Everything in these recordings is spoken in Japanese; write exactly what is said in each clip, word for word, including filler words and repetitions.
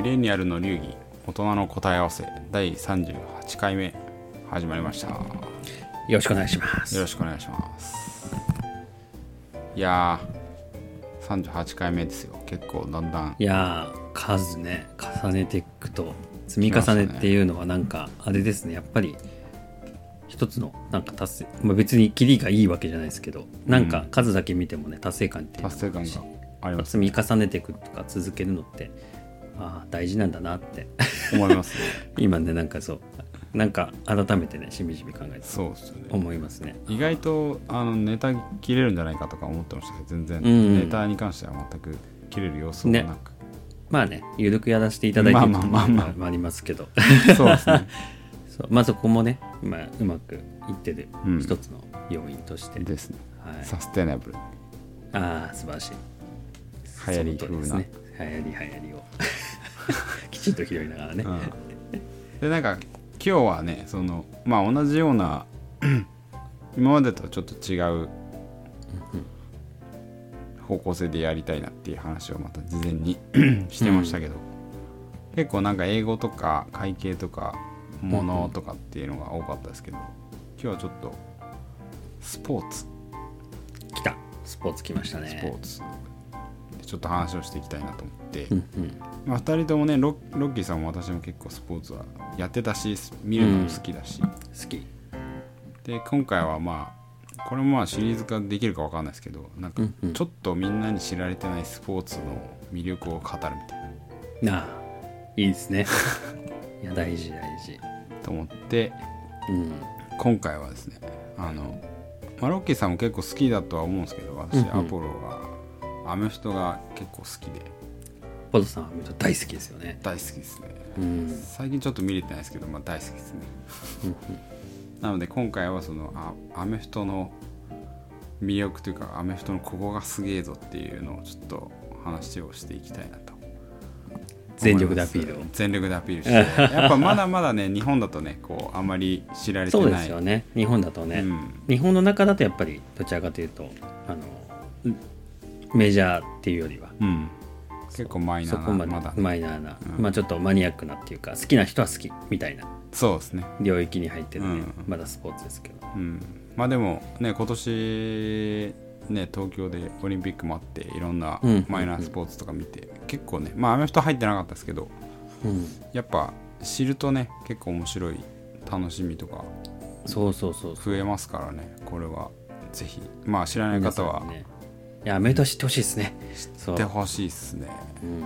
ミレニアルの流儀大人の答え合わせだいさんじゅうはちかいめ始まりました。よろしくお願いします。 よろしくお願いします。いやーさんじゅうはちかいめですよ。結構だんだんいやー数ね重ねていくと積み重ねっていうのはなんかあれですね、やっぱり一つのなんか達成、まあ、別にキリがいいわけじゃないですけど、なんか数だけ見てもね達成感っていうのが達成感があります、 積み重ねていくとか続けるのってああ大事なんだなって思いますね今ねなんかそうなんか改めてねしみじみ考えてそうですよね、 思いますね。 意外とあのネタ切れるんじゃないかとか思ってましたけど、全然、 うん、 ネタに関しては全く切れる様子もなく、ね、 まあねゆるくやらせていただいてるところもありますけど、 そうですねそうまあそこもね今うまくいってる一つの要因として、 うん、ですね、 はい、 サステナブル、 ああ素晴らしい流行り風な、 ね、流行り流行りをきちんと拾いながらね、 うん、でなんか今日はねそのまあ同じような今までとはちょっと違う方向性でやりたいなっていう話をまた事前にしてましたけど、うん、結構なんか英語とか会計とかものとかっていうのが多かったですけど、今日はちょっとスポーツ来たスポーツ来ましたね。 スポーツでちょっと話をしていきたいなと思って、 うんうんまあ、ふたりともね ロ, ロッキーさんも私も結構スポーツはやってたし見るのも好きだし、うん、 好きで今回はまあこれもまあシリーズ化できるか分かんないですけど、なんかちょっとみんなに知られてないスポーツの魅力を語るみたいな、ああいいですねいや大事大事と思って、うん、今回はですねあの、まあ、ロッキーさんも結構好きだとは思うんですけど、私、うんうん、アポロがアメフトが結構好きで、 ポトさんは大好きですよね。 大好きですね、 うん、 最近ちょっと見れてないですけど、まあ、大好きですねなので今回はそのあアメフトの魅力というかアメフトのここがすげえぞっていうのをちょっと話をしていきたいなと。 全力でアピールを全力でアピールしてやっぱまだまだね日本だとねこうあんまり知られてない。 そうですよね、日本だとね、うん、日本の中だとやっぱりどちらかというとあのメジャーっていうよりは、うん、 結構マイナーな、 そこまでまだマイナーな、うん、まあちょっとマニアックなっていうか好きな人は好きみたいなそうですね領域に入ってるね、うん、まだスポーツですけど、 うん、まあでもね今年ね東京でオリンピックもあっていろんなマイナースポーツとか見て、うんうんうん、結構ねまあアメフト入ってなかったですけど、うん、やっぱ知るとね結構面白い楽しみとかそうそうそう増えますからね。これはぜひまあ知らない方は、 ね、いやアメフト知ってほしいですね。 知ってほしいですね、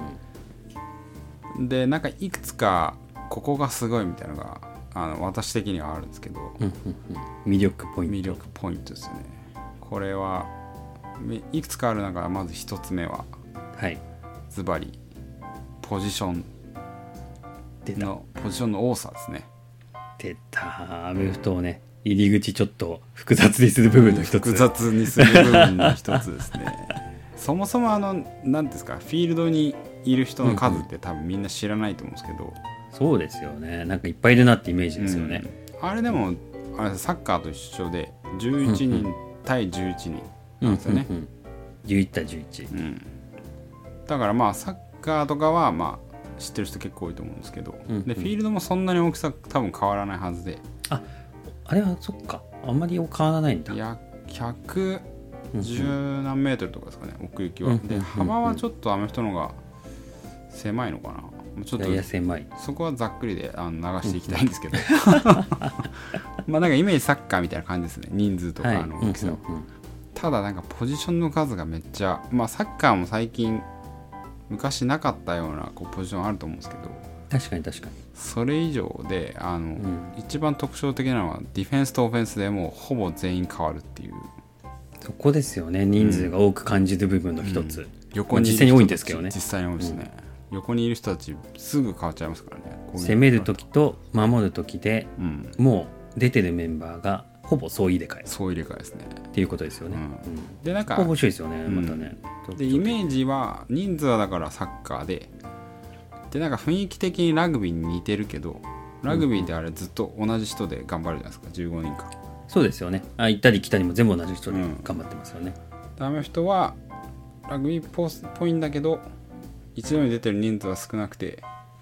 うん、でなんかいくつかここがすごいみたいなのがあの私的にはあるんですけど、 うんうんうん、魅力ポイント魅力ポイントですよね。これはいくつかある中まず一つ目は、 はい、 ズバリポジションのポジションの多さですね。 出たアメフトをね入り口ちょっと複雑にする部分の一つ、 複雑にする部分の一つですねそもそもあの何ですかフィールドにいる人の数って多分みんな知らないと思うんですけど、うんうん、 そうですよね。なんかいっぱいいるなってイメージですよね、 うん、あれでもあれサッカーと一緒でじゅういちにん対じゅういちにんなんですよね、うんうんうん、 じゅういち対じゅういち、うん、 だからまあサッカーとかはまあ知ってる人結構多いと思うんですけど、うんうん、でフィールドもそんなに大きさ多分変わらないはずで、 ああれはそっかあんまり変わらないんだ。 いやひゃくじゅうなんメートルとかですかね、奥行きは、うんうん、で幅はちょっとアメフトの方が狭いのかな、ちょっといや狭い、 そこはざっくりであの流していきたいんですけどまあなんかイメージサッカーみたいな感じですね、人数とかの大きさは、はいうんうんうん、ただなんかポジションの数がめっちゃ、まあサッカーも最近昔なかったようなこうポジションあると思うんですけど、 確かに確かにそれ以上であの、うん、一番特徴的なのはディフェンスとオフェンスでもうほぼ全員変わるっていう、 そこですよね。人数が多く感じる部分の一つ、うん、 横にいる人たち、まあ、実際に多いんですけどね。実際に多いですね、うん、横にいる人たちすぐ変わっちゃいますからね。 攻める時と守る時で、うん、もう出てるメンバーがほぼ総入れ替え総入れ替えですねっていうことですよね、うんうん、 でなんか面白いですよね、またね、 うん、でイメージは人数はだからサッカーででなんか雰囲気的にラグビーに似てるけど、ラグビーであれずっと同じ人で頑張るじゃないですか、じゅうごにんか。 そうですよね。あ行ったり来たりも全部同じ人で頑張ってますよね、 うん、アメフトはラグビーっぽいんだけど一度に出てる人数は少なくて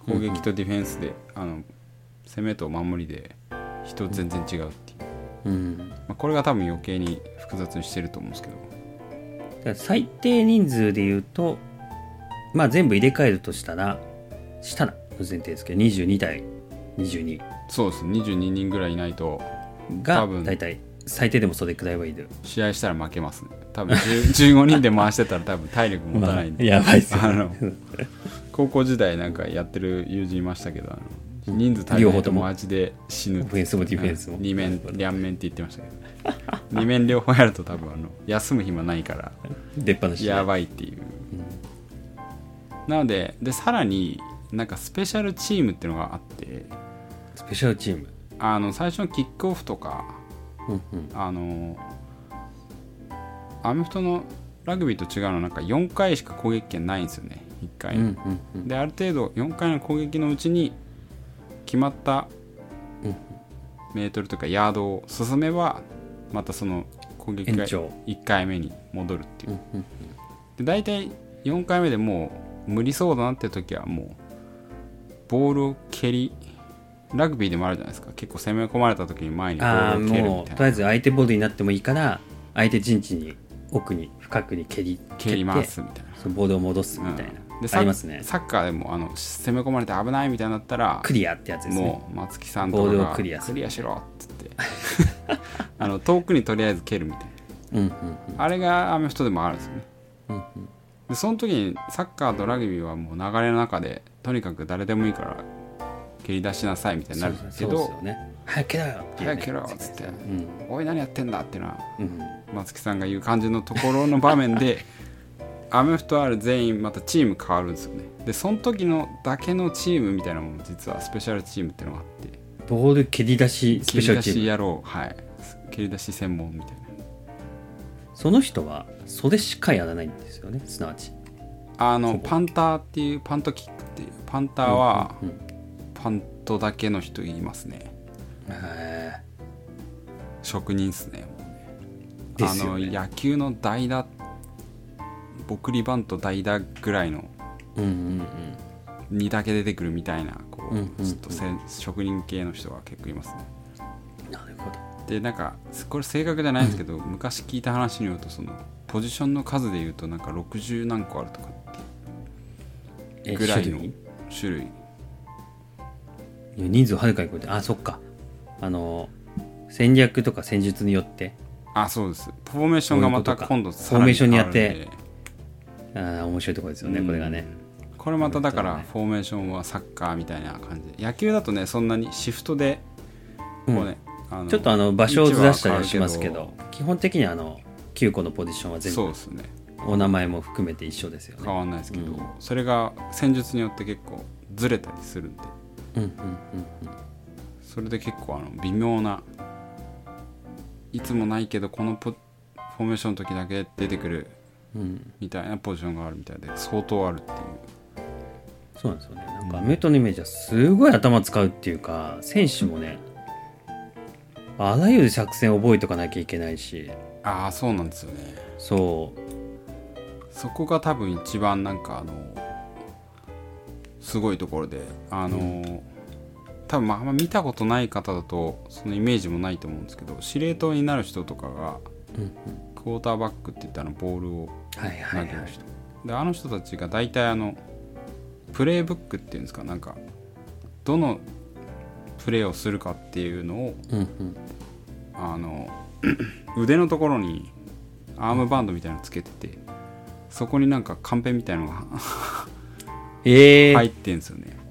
攻撃とディフェンスで、うんうん、あの攻めと守りで人全然違うっていう、うんまあ、これが多分余計に複雑にしてると思うんですけど、 だから最低人数でいうとまあ全部入れ替えるとしたらしたらの前提ですけどにじゅうに対にじゅうに、 そうですにじゅうににんぐらいいないとが大体最低でもそれくらいはいる。 試合したら負けますね多分じゅうごにんで回してたら多分体力持たないんで、 まあ、やばいっすよ、ね、 あの高校時代なんかやってる友人いましたけど、あの人数足りないとマジで死ぬ。 オフェンスもディフェンスも。 二面、両面って言ってましたけど。二面両方やると多分あの休む暇ないから、 出っ放しやばいっていう。うん、なので、で、さらになんかスペシャルチームっていうのがあって、 スペシャルチームあの最初のキックオフとか、うんうん、あの、アメフトのラグビーと違うのはなんかよんかいしか攻撃権ないんですよね。いっかい、うんうんうん、である程度よんかいの攻撃のうちに決まったメートルとかヤードを進めばまたその攻撃がいっかいめに戻るっていう、うんうんうん、で大体よんかいめでもう無理そうだなって時はもうボールを蹴り、ラグビーでもあるじゃないですか、結構攻め込まれた時に前にボールを蹴るみたいな、もうとりあえず相手ボールになってもいいから相手陣地に奥に深くに蹴り蹴りますみたいな、 そのボールを戻すみたいな、うん、 でありますね。サッカーでもあの攻め込まれて危ないみたいになったらクリアってやつですね。 もう松木さんとかがボールをクリアする、クリアしろっつってあの遠くにとりあえず蹴るみたいな、うんうんうん、あれがアメフトでもあるんですよね、うんうん、でその時にサッカーとラグビーはもう流れの中でとにかく誰でもいいから蹴り出しなさいみたいになるけど、 早く蹴ろよ早く蹴ろよっつって、うん、おい何やってんだっていうのは、うん、松木さんが言う感じのところの場面でアメフトある全員またチーム変わるんですよね。でその時のだけのチームみたいなのも実はスペシャルチームっていうのがあって、 ボール蹴り出しスペシャルチーム、 蹴り出しやろう、はい、蹴り出し専門みたいな。 その人はそれしかやらないんですよね。すなわちあのパンターっていうパントキックっていうパンターは、うんうんうん、パントだけの人いますね。へ職人っすね。あの野球の代打、送りバント代打ぐらいのにだけ出てくるみたいなこう、うんうんうん、ちょっと職人系の人が結構いますね。 なるほど。 でなんかこれ正確じゃないんですけど、うん、昔聞いた話によるとそのポジションの数でいうとなんかろくじゅう何個あるとかってぐらいの種類。 いや人数はるかに超えて、あそっか、あの戦略とか戦術によって、 あそうです、フォーメーションがまた今度フォーメーションにやって、あ面白いところですよね、これがね。 これまただからフォーメーションはサッカーみたいな感じで、野球だとねそんなにシフトでこうね、 うん、あのちょっとあの場所をずらしたりはしますけど、基本的にはあのきゅうこのポジションは全部そうですね、お名前も含めて一緒ですよね。 変わんないですけど、うん、それが戦術によって結構ずれたりするんで、うんうんうんうん、それで結構あの微妙ないつもないけどこのポフォーメーションの時だけ出てくるみたいなポジションがあるみたいで相当あるっていう。 そうなんですよね。なんかアメフトのイメージはすごい頭使うっていうか、選手もねあらゆる作戦を覚えておかなきゃいけないし。 ああそうなんですよね。 そうそこが多分一番なんかあのすごいところで、あの、うん、多分まああんま見たことない方だとそのイメージもないと思うんですけど、司令塔になる人とかが、うんうん、クォーターバックって言ったらボールを投げる人、はいはいはい、であの人たちが大体あのプレイブックっていうんですか、なんかどのプレーをするかっていうのを、うんうん、あの腕のところにアームバンドみたいなのつけてて、そこになんかカンペみたいなのがえー、入ってんですよね。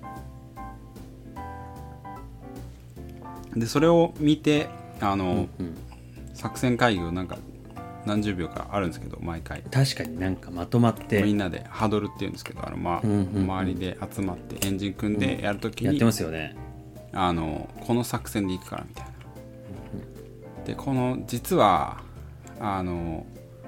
でそれを見てあの、うんうん、作戦会議をなんか何十秒かあるんですけど、毎回確かになんかまとまってみんなでハドルっていうんですけど、あの、まうんうんうん、周りで集まってエンジン組んでやるときに、うん、 やってますよね。 あのこの作戦でいくからみたいな、うん、でこの実はあの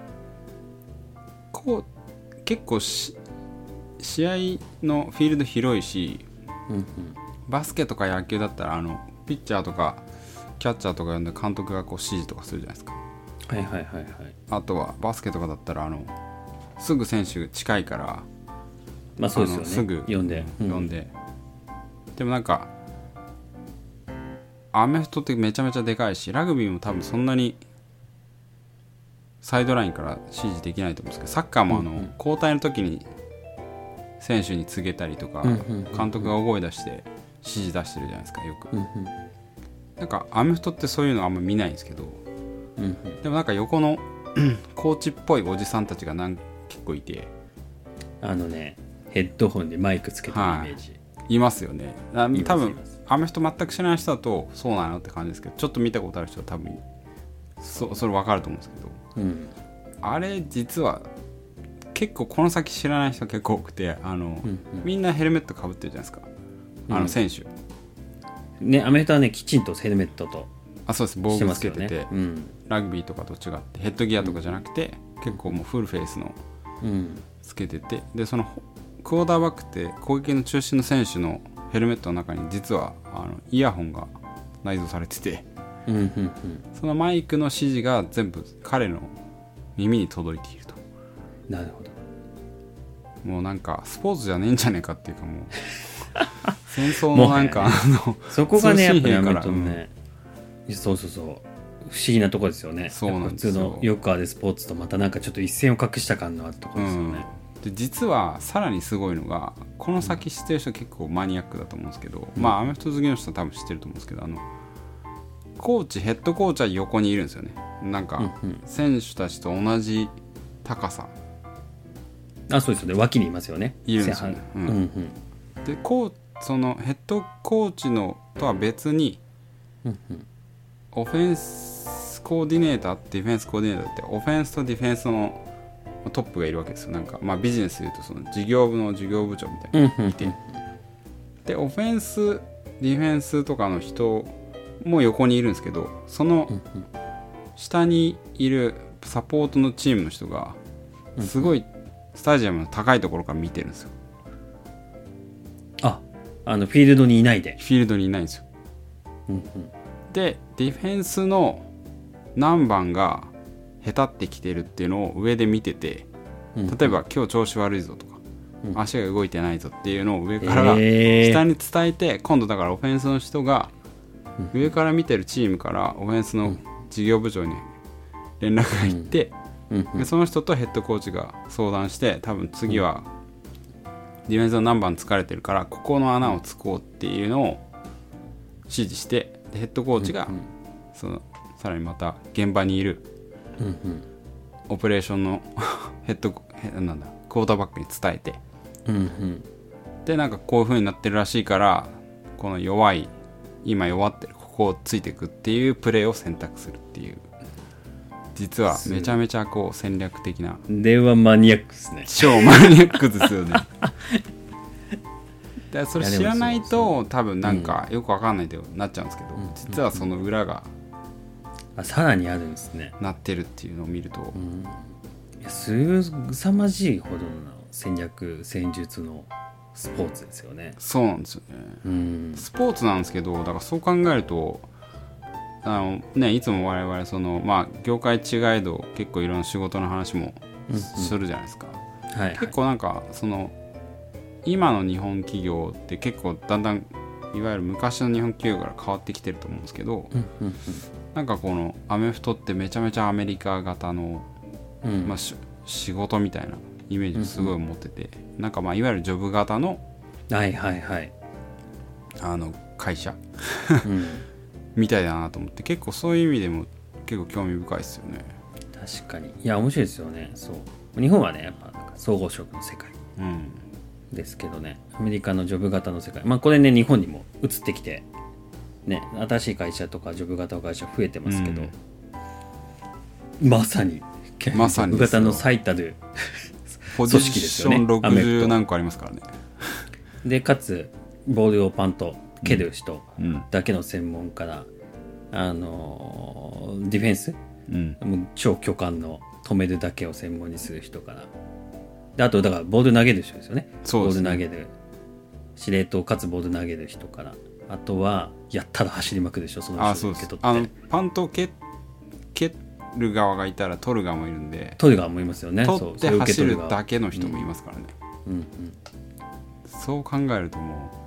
こう結構し試合のフィールド広いし、うんうん、バスケとか野球だったらあのピッチャーとかキャッチャーとか呼んで監督がこう指示とかするじゃないですか。 はいはいはいはい。 あとはバスケとかだったらあのすぐ選手近いから、 まあそうですよね、 すぐ呼んで、 うん、呼んででもなんかアメフトってめちゃめちゃでかいし、ラグビーも多分そんなにサイドラインから指示できないと思うんですけど、サッカーもあの、うんうん、交代の時に選手に告げたりとか、うんうんうんうん、監督が大声出して指示出してるじゃないですかよく、うんうん、なんかアメフトってそういうのあんま見ないんですけど、うんうん、でもなんか横のコーチっぽいおじさんたちがなん結構いて、 あのねヘッドホンでマイクつけてるイメージ、 はい、いますよね。多分アメフト全く知らない人だとそうなのって感じですけど、ちょっと見たことある人は多分 そ, それ分かると思うんですけど、うん、あれ実は結構この先知らない人結構多くて、あの、うんうん、みんなヘルメットかぶってるじゃないですか、あの選手、 うん、ね、アメフトはねきちんとヘルメットとあそうです防具つけてて、 ね、うん、 ラグビーとかと違ってヘッドギアとかじゃなくて、うん、結構もうフルフェイスのつけてて、でそのクォーターバックって攻撃の中心の選手のヘルメットの中に実はあのイヤホンが内蔵されてて、うんうんうん、そのマイクの指示が全部彼の耳に届いていると。 なるほど。 もうなんかスポーツじゃねえんじゃねえかっていうか、もう戦争のなんか、ね、あのそこがねやっぱりアメフトのね、うん、そうそうそう不思議なとこですよね。 そうなんですよ。 普通のよくあるスポーツとまたなんかちょっと一線を画した感のあるところですよね、 うん、で実はさらにすごいのが、この先知ってる人結構マニアックだと思うんですけど、うん、まあアメフト好きの人は多分知ってると思うんですけど、あのコーチヘッドコーチは横にいるんですよね。なんか選手たちと同じ高さ、 あそうですよね、脇にいますよね、 いるんですよね、うんうんうん、でこうそのヘッドコーチのとは別に、うんうん、オフェンスコーディネーターディフェンスコーディネーターってオフェンスとディフェンスのトップがいるわけですよ。なんか、まあ、ビジネスでいうとその事業部の事業部長みたいなのがいて、うんうんうん、でオフェンスディフェンスとかの人も横にいるんですけど、その下にいるサポートのチームの人がすごいスタジアムの高いところから見てるんですよ。 あ、あのフィールドにいないで。 フィールドにいないんですよ、うんうん、でディフェンスの何番が下手ってきてるっていうのを上で見てて、例えば今日調子悪いぞとか、うん、足が動いてないぞっていうのを上から下に伝えて、えー、今度だからオフェンスの人が上から見てるチームからオフェンスの事業部長に連絡が行って、うんうんうん、でその人とヘッドコーチが相談して、多分次はディフェンスの何番疲れてるからここの穴を突こうっていうのを指示して、でヘッドコーチがそのさらにまた現場にいるオペレーションのヘッドなんだクォーターバックに伝えて、うんうん、でなんかこういう風になってるらしいから、この弱い今弱ってるここをついていくっていうプレーを選択するっていう、実はめちゃめちゃこう戦略的な電話マニアックですね。 超マニアックですよね。でそれ知らないと多分なんかよくわかんないってなっちゃうんですけど、うん、実はその裏があさらにあるんですね。 なってるっていうのを見ると、 うん、いやすさまじいほどの戦略戦術のスポーツですよね。 そうなんですよね、うん、スポーツなんですけど、だからそう考えるとあの、ね、いつも我々その、まあ、業界違いど結構いろんな仕事の話もするじゃないですか、うんうんはいはい、結構なんかその今の日本企業って結構だんだんいわゆる昔の日本企業から変わってきてると思うんですけど、うんうんうん、なんかこのアメフトってめちゃめちゃアメリカ型の、うんまあ、仕事みたいなイメージをすごい持ってて、うんうん、なんかまあいわゆるジョブ型の、 はいはいはい、 あの会社、うん、みたいだなと思って、結構そういう意味でも結構興味深いですよね。 確かに、いや面白いですよね。そう日本はねやっぱなんか総合職の世界、うんですけどね、アメリカのジョブ型の世界、まあこれね日本にも移ってきてね、新しい会社とかジョブ型の会社増えてますけど、うん、まさにまさにジョブ型の最たる組織ですよね。 ポジションろくじゅう何個ありますからね。 でかつボールをパンと蹴る人だけの専門から、うん、あのディフェンス、うん、もう超巨漢の止めるだけを専門にする人から、であとだからボール投げる人ですよね。 そうですね、 ボール投げる司令塔かつボール投げる人から、あとはやったら走りまくるでしょ、その人を受け取って。 あのパントを蹴蹴る側がいたら取る側もいるんで、 取る側もいますよね。 取って走るだけの人もいますからね。 うんうんうん、 そう考えるとも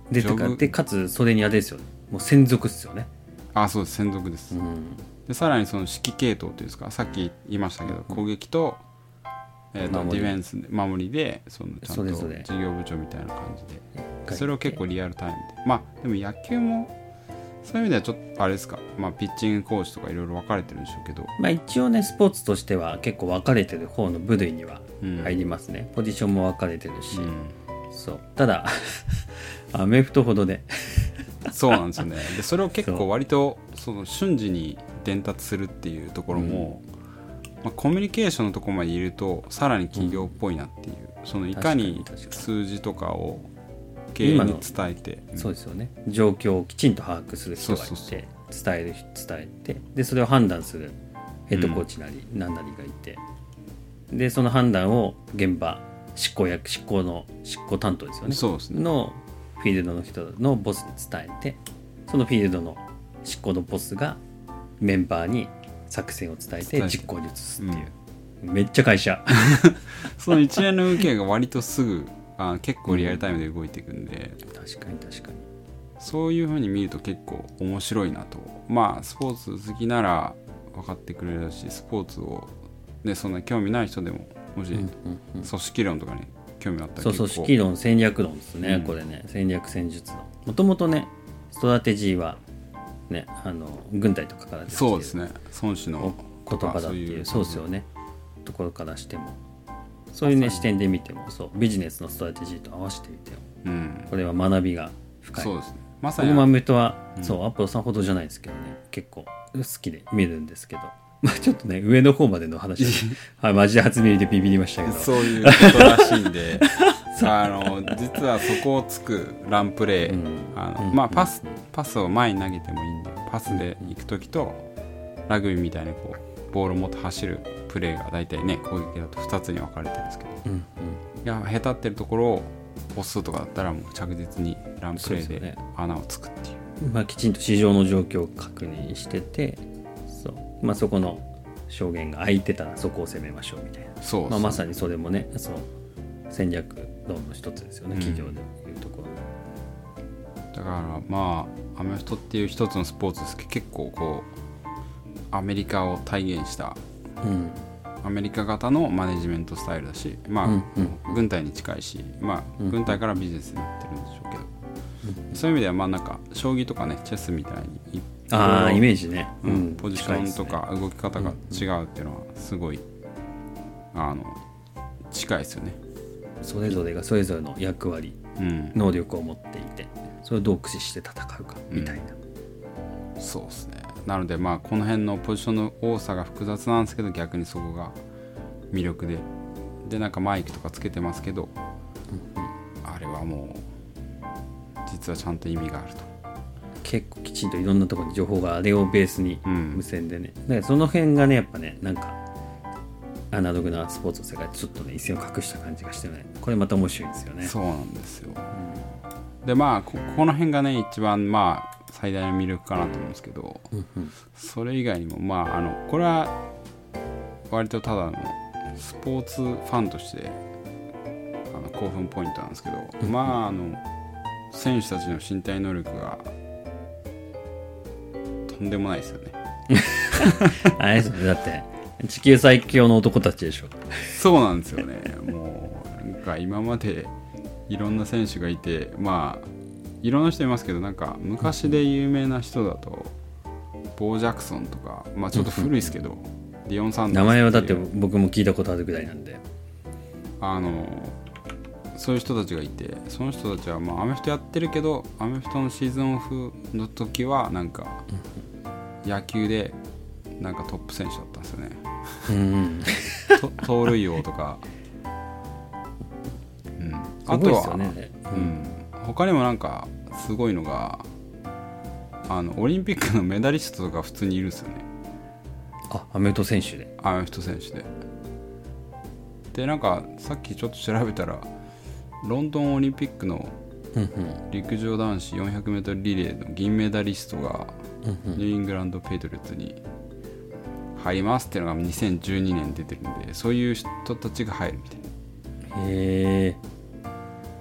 でとかでかつそれにあれですよね、もう専属っすよね。 あ、そうです、専属です、 うん、 でさらにその指揮系統っていうんですか、さっき言いましたけど、攻撃と、えー、とディフェンス守りでそのちゃんと事業部長みたいな感じで、それを結構リアルタイムで、まあでも野球もそういう意味ではちょっとあれですか、まあ、ピッチングコーチとかいろいろ分かれてるんでしょうけど、 まあ、一応ねスポーツとしては結構分かれてる方の部類には入りますね、うん、ポジションも分かれてるし、うん、そうただアメフトほどでそうなんですよね。でそれを結構割とその瞬時に伝達するっていうところも、うんまあ、コミュニケーションのところまでいるとさらに企業っぽいなっていう、うん、そのいかに数字とかを経営に伝えて、 うん、そうですよね、状況をきちんと把握する人がいて、そうそうそう伝える伝えて、でそれを判断するヘッドコーチなり何なりがいて、うん、でその判断を現場執行役執行の執行担当ですよね、 そうですねのフィールドの人のボスに伝えて、そのフィールドの執行のボスがメンバーに作戦を伝えて実行に移すっていう、うん、めっちゃ会社その一連の受けが割とすぐあ結構リアルタイムで動いていくんで、 うん、確かに確かにそういう風に見ると結構面白いなと。まあスポーツ好きなら分かってくれるし、スポーツを、ね、そんな興味ない人でももし組織論とかに興味あったら結構、 そう組織論戦略論ですね、うん、これね戦略戦術論、もともとねストラテジーはねあの軍隊とかから出てきてる、 そうですね、孫子の言葉だっていうそうですよねところからしても、そういうね視点で見ても、そうビジネスのストラテジーと合わせてみても、うん、これは学びが深い。 そうですね、まさに僕もアメフトは、うん、そうアポロさんほどじゃないですけどね、結構好きで見るんですけど、まあちょっとね上の方までの話はい、マジで初耳でビビりましたけどそういうことらしいんであの実はそこをつくランプレー、うんあのうんまあ、パスパスを前に投げてもいいんで、パスで行くときとラグビーみたいにこうボールを持って走るプレーが大体ね攻撃だとふたつに分かれてるんですけど、うんうん、いやへたってるところを押すとかだったらもう着実にランプレーで穴をつくっていう、 まあ、きちんと市場の状況を確認してて、そう、まあ、そこの証言が空いてたらそこを攻めましょうみたいな、そうそう、まあ、まさにそれもねそう戦略論の一つですよね、企業でいうところ、 うん、だからまあアメフトっていう一つのスポーツですけど、結構こうアメリカを体現した、うん、アメリカ型のマネジメントスタイルだし、まあ、うんうん、軍隊に近いし、まあ、うん、軍隊からビジネスになってるんでしょうけど、うん、そういう意味ではまあなんか将棋とかねチェスみたいにあイメージね、 うん、ポジションとか動き方が違うっていうのはすごい、うん、あの近いですよね。 それぞれがそれぞれの役割、うん、能力を持っていて、それをどう駆使して戦うかみたいな、 うん、そうですね。なのでまあこの辺のポジションの多さが複雑なんですけど、逆にそこが魅力で、でなんかマイクとかつけてますけど、うんうん、あれはもう実はちゃんと意味があると、 結構きちんといろんなところに情報があれをベースに無線でね、うん、だからその辺がねやっぱねなんかアナログなスポーツの世界とちょっとね一線を画した感じがしてね、これまた面白いですよね。 そうなんですよ、うん、でまあ こ, この辺がね一番まあ最大の魅力かなと思うんですけど、うんうん、それ以外にもまああのこれは割とただのスポーツファンとしてあの興奮ポイントなんですけど、うんうん、まああの選手たちの身体能力がとんでもないですよねあれですね、だって地球最強の男たちでしょ。 そうなんですよね。もうなんか今までいろんな選手がいて、まあいろんな人いますけど、なんか昔で有名な人だとボー・ジャクソンとか、まあちょっと古いですけど、ディオン・サンダース、 名前はだって僕も聞いたことあるぐらいなんで、 あのそういう人たちがいて、その人たちはまあアメフトやってるけど、アメフトのシーズンオフの時はなんか野球でなんかトップ選手だったんですよね。うん、盗塁王とか、うん、あとは、ねうん、他にもなんかすごいのがあのオリンピックのメダリストとか普通にいるんですよね。 あ、アメフト選手でアメフト選手ででなんかさっきちょっと調べたらロンドンオリンピックの陸上男子 よんひゃくメートル リレーの銀メダリストがニューイングランドペイトリオッツに入りますっていうのがにせんじゅうにねん出てるんで、そういう人たちが入るみたいな。 へえ。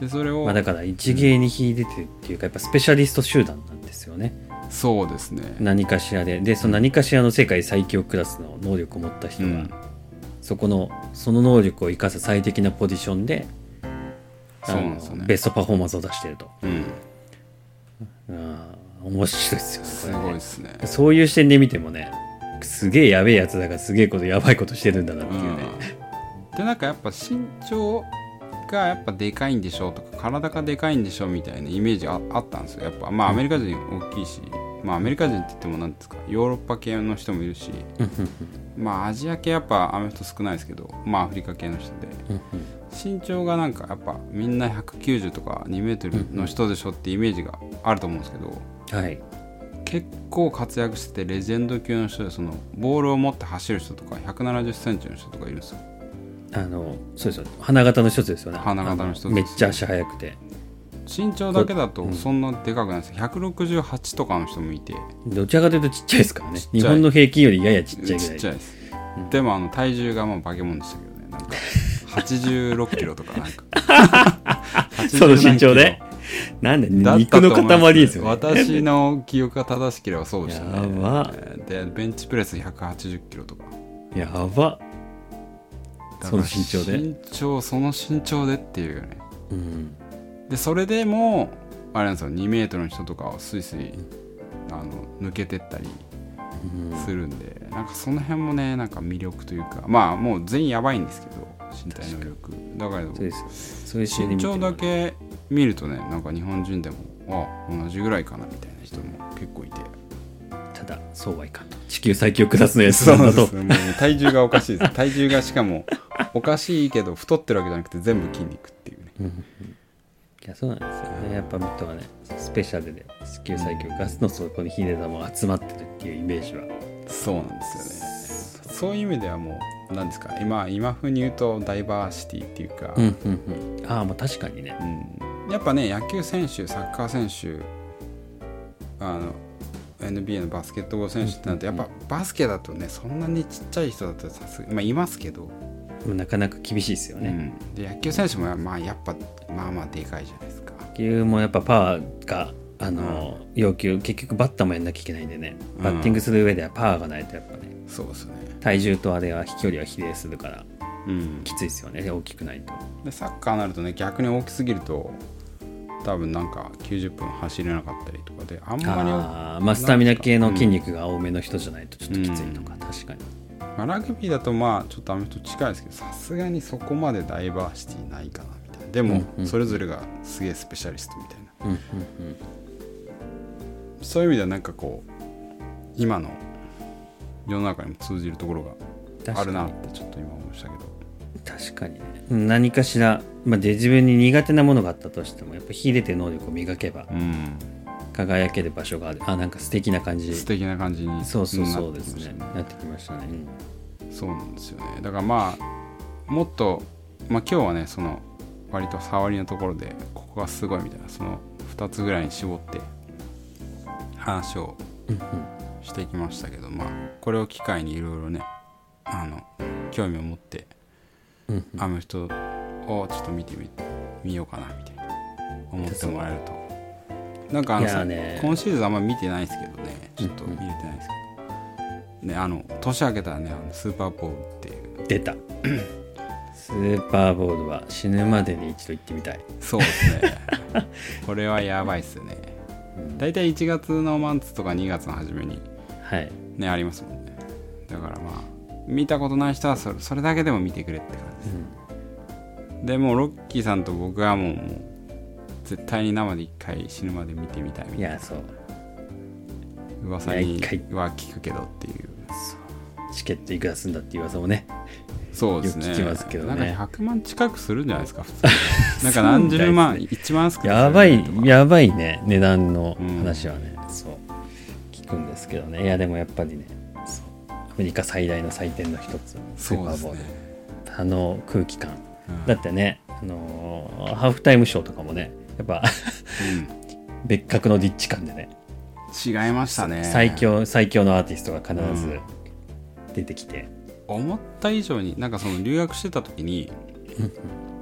でそれを、 まあ、だから一芸に秀でてるっていうか、やっぱスペシャリスト集団なんですよね。 そうですね。 何かしらででその何かしらの世界最強クラスの能力を持った人が、うん、そこのその能力を生かす最適なポジションで、 そうなんですよね、 ベストパフォーマンスを出していると、 うん、 あ面白いですよね。 すごいですね。 そういう視点で見てもね、すげえやべえやつだからすげえことやばいことしてるんだなっていうね、 うん、でなんかやっぱ身長がやっぱでかいんでしょうとか体がでかいんでしょうみたいなイメージ あ, あったんですよ。やっぱまあアメリカ人大きいし、うん、まあアメリカ人って言ってもなんですか、ヨーロッパ系の人もいるしまあアジア系やっぱアメフト少ないですけど、まあアフリカ系の人で身長がなんかやっぱみんなひゃくきゅうじゅうとかにメートルの人でしょってイメージがあると思うんですけど、 はい、 結構活躍しててレジェンド級の人で、そのボールを持って走る人とかひゃくななじゅっセンチの人とかいるんですよ。 あのそうですよ、花形の一つですよね。 花形の一つです、 めっちゃ足速くて身長だけだとそんなでかくないですよ、うん、ひゃくろくじゅうはちとかの人もいて、 どちらかというとちっちゃいですからね。日本の平均よりややちっちゃいぐらい。 ちっちゃいです、うん、でもあの体重がまあ化け物でしたけどね、なんかはちじゅうろっキロとかなんかその身長でなんで肉の塊ですよね。 私の記憶が正しければそうでしたね。 やば。 でベンチプレスひゃくはちじゅっキロとか。 やば。その身長で身長その身長でっていうね、 うん、 でそれでもあれなんですよ、にメートルの人とかをスイスイあの抜けてったりするんで、うん、なんかその辺もねなんか魅力というか、まあもう全員やばいんですけど身体能力だからそうです、そういう身長だけ見るとね、なんか日本人でもあ同じぐらいかなみたいな人も結構いて、 ただそうはいかんと、地球最強クラスのやつなんだと。 そうです、もう体重がおかしいです体重がしかもおかしいけど太ってるわけじゃなくて全部筋肉っていうね、うん、いやそうなんですよね。やっぱミットはねスペシャルで地球最強クラスのそこにヒデさんも集まってるっていうイメージはそうなんですよね。そういう意味ではもう何ですか、今今風に言うとダイバーシティっていうか、 うんうんうん、ああまあ確かにね、 うん、やっぱね野球選手サッカー選手あのエヌビーエー のバスケットボール選手ってなって、やっぱバスケだとねそんなにちっちゃい人だとさすがまあいますけどなかなか厳しいですよね、 うん、で野球選手もまあやっぱまあまあでかいじゃないですか。 野球もやっぱパワーがあの、うん、要求、結局バッターもやんなきゃいけないんでね、バッティングする上ではパワーがないとやっぱね、 うん、そうですね、 体重とあれは飛距離は比例するから、 うん、 きついですよね大きくないと。 でサッカーになるとね逆に大きすぎると多分なんかきゅうじゅっぷん走れなかったりとかで、あんまりあ、まあ、スタミナ系の筋肉が多めの人じゃないとちょっときついとか、うん、確かに、 まあ、ラグビーだとまあちょっとアメフト近いですけど、さすがにそこまでダイバーシティないかなみたいな。でも、うんうん、それぞれがすげえスペシャリストみたいな、うんうんうん、そういう意味ではなんかこう今の世の中にも通じるところがあるなってちょっと今思いましたけど。 確かにね、何かしら、まあ、で自分に苦手なものがあったとしてもやっぱ秀でて能力を磨けば、うん、輝ける場所がある。あ、なんか素敵な感じ、 素敵な感じにそうそうそうですね、なってきましたね、 うん、そうなんですよね。だからまあもっと、まあ、今日はねその割と触りのところでここがすごいみたいなそのふたつぐらいに絞って話をしてきましたけど、まあこれを機会にいろいろねあの興味を持ってアメフトをちょっと見てみ、見ようかなみたいな思ってもらえると。なんかあのさ、ね、今シーズンあんま見てないですけどね、ちょっと見れてないですけど、ね、あの年明けたらねあのスーパーボールっていう出たスーパーボールは死ぬまでに一度行ってみたい。 そうですねこれはやばいっすよね。だいたいいちがつのマンツとかにがつの初めに、 はいね、ありますもんね。だからまあ見たことない人はそれ、それだけでも見てくれって感じです、うん、でもうロッキーさんと僕はもう、もう絶対に生で一回死ぬまで見てみたいみたいな。 いやそう噂には聞くけどっていう。 そうチケットいくらすんだっていう噂もねそうですね、 よく聞きますけどね。 なんかひゃくまん近くするんじゃないですか普通なんか何十万、ね、いちまんすくやばいやばいね値段の話はね、うん、そう聞くんですけどね。いやでもやっぱりねアメリカ最大の祭典の一つスーパーボール、ね、あの空気感、うん、だってね、あのー、ハーフタイムショーとかもねやっぱ、うん、別格のリッチ感でね違いましたね。 最強最強のアーティストが必ず出てきて、 うん、思った以上になんかその留学してた時に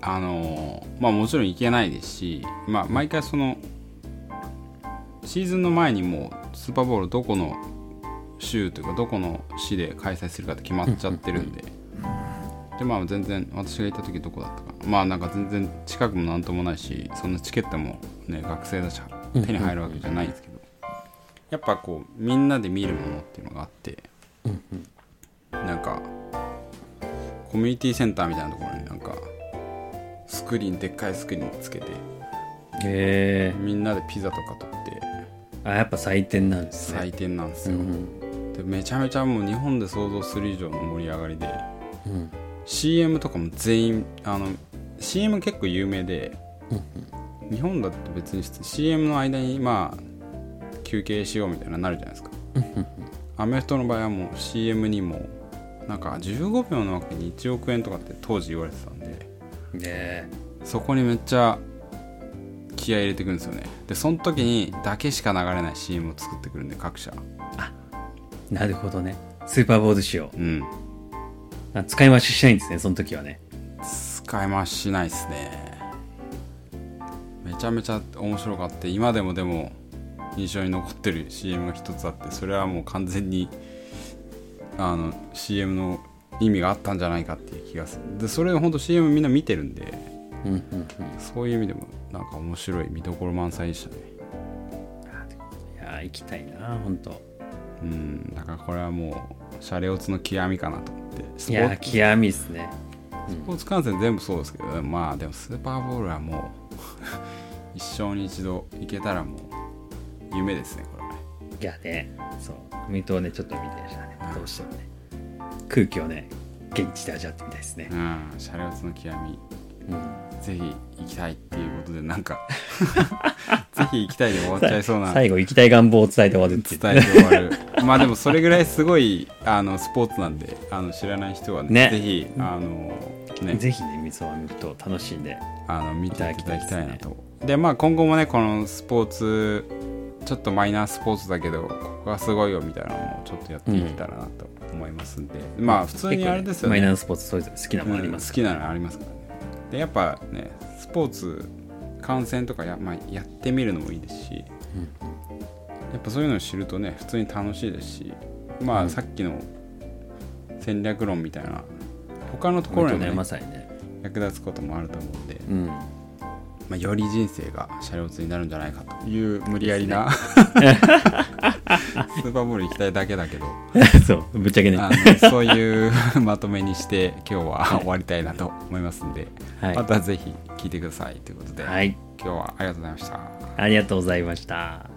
あのまあもちろん行けないですし、まあ、毎回そのシーズンの前にもうスーパーボウルどこの州というかどこの市で開催するかって決まっちゃってるんで、でまあ全然私が行った時どこだったかな、まあなんか全然近くもなんともないし、そんなチケットもね学生だし手に入るわけじゃないんですけど、やっぱこうみんなで見るものっていうのがあって、なんかコミュニティセンターみたいなところになんかスクリーンでっかいスクリーンつけて、 へー、 みんなでピザとか取って、 あやっぱ祭典なんですね。 祭典なんですよ、 うん、 でめちゃめちゃもう日本で想像する以上の盛り上がりで、 うん、 シーエム とかも全員あの シーエム 結構有名で、うん、日本だと別に シーエム の間にまあ休憩しようみたいななるじゃないですか。アメフトの場合はもう シーエム にもなんかじゅうごびょうの枠にいちおくえんとかって当時言われてたんで、 ね、 そこにめっちゃ気合い入れてくるんですよね。でその時にだけしか流れない シーエム を作ってくるんで各社。 あ、なるほどね。スーパーボウル仕様。 うん。 あ、使い回ししないんですね、その時はね。 使い回ししないですね。めちゃめちゃ面白かった。今でもでも印象に残ってる シーエム が一つあって、それはもう完全にあの シーエム の意味があったんじゃないかっていう気がする。でそれ本当 シーエム みんな見てるんで、うんうんうん、そういう意味でもなんか面白い見どころ満載でしたね。 いや行きたいな本当。 うん、だからこれはもうシャレオツの極みかなと思って。 いや極みですね。 スポーツ観戦全部そうですけど、うん、まあでもスーパーボウルはもう一生に一度行けたらもう夢ですねこれはね。 いやね、そう水戸をねちょっと見てましたね、どうしてもね空気をね現地で味わってみたいですね。 うん、シャレオツの極み、うん、ぜひ行きたいっていうことでなんかぜひ行きたいで終わっちゃいそうな最後行きたい願望を伝えて終わるっていう伝えて終わるまあでもそれぐらいすごいあのスポーツなんで、あの知らない人は ね, ねぜひあのねぜひね水戸は見ると楽しんであの見ていただきたいなと。でまあ今後もねこのスポーツちょっとマイナースポーツだけどここがすごいよみたいなのもちょっとやっていけたらなと思いますんで、うん、まあ普通にあれですよね、 マイナースポーツそれぞれ好きなものあります、 うん、好きなのありますからね。でやっぱねスポーツ観戦とか や,、まあ、やってみるのもいいですし、うん、やっぱそういうのを知るとね普通に楽しいですし、まあさっきの戦略論みたいな他のところにも、ねまさにね、 役立つこともあると思うんで、うんまあ、より人生がシャレオツになるんじゃないかという無理やりな、ね、スーパーボウル行きたいだけだけどそうぶっちゃけねあのそういうまとめにして今日は終わりたいなと思いますんで、はい、またぜひ聞いてくださいということで、はい、今日はありがとうございました。 ありがとうございました。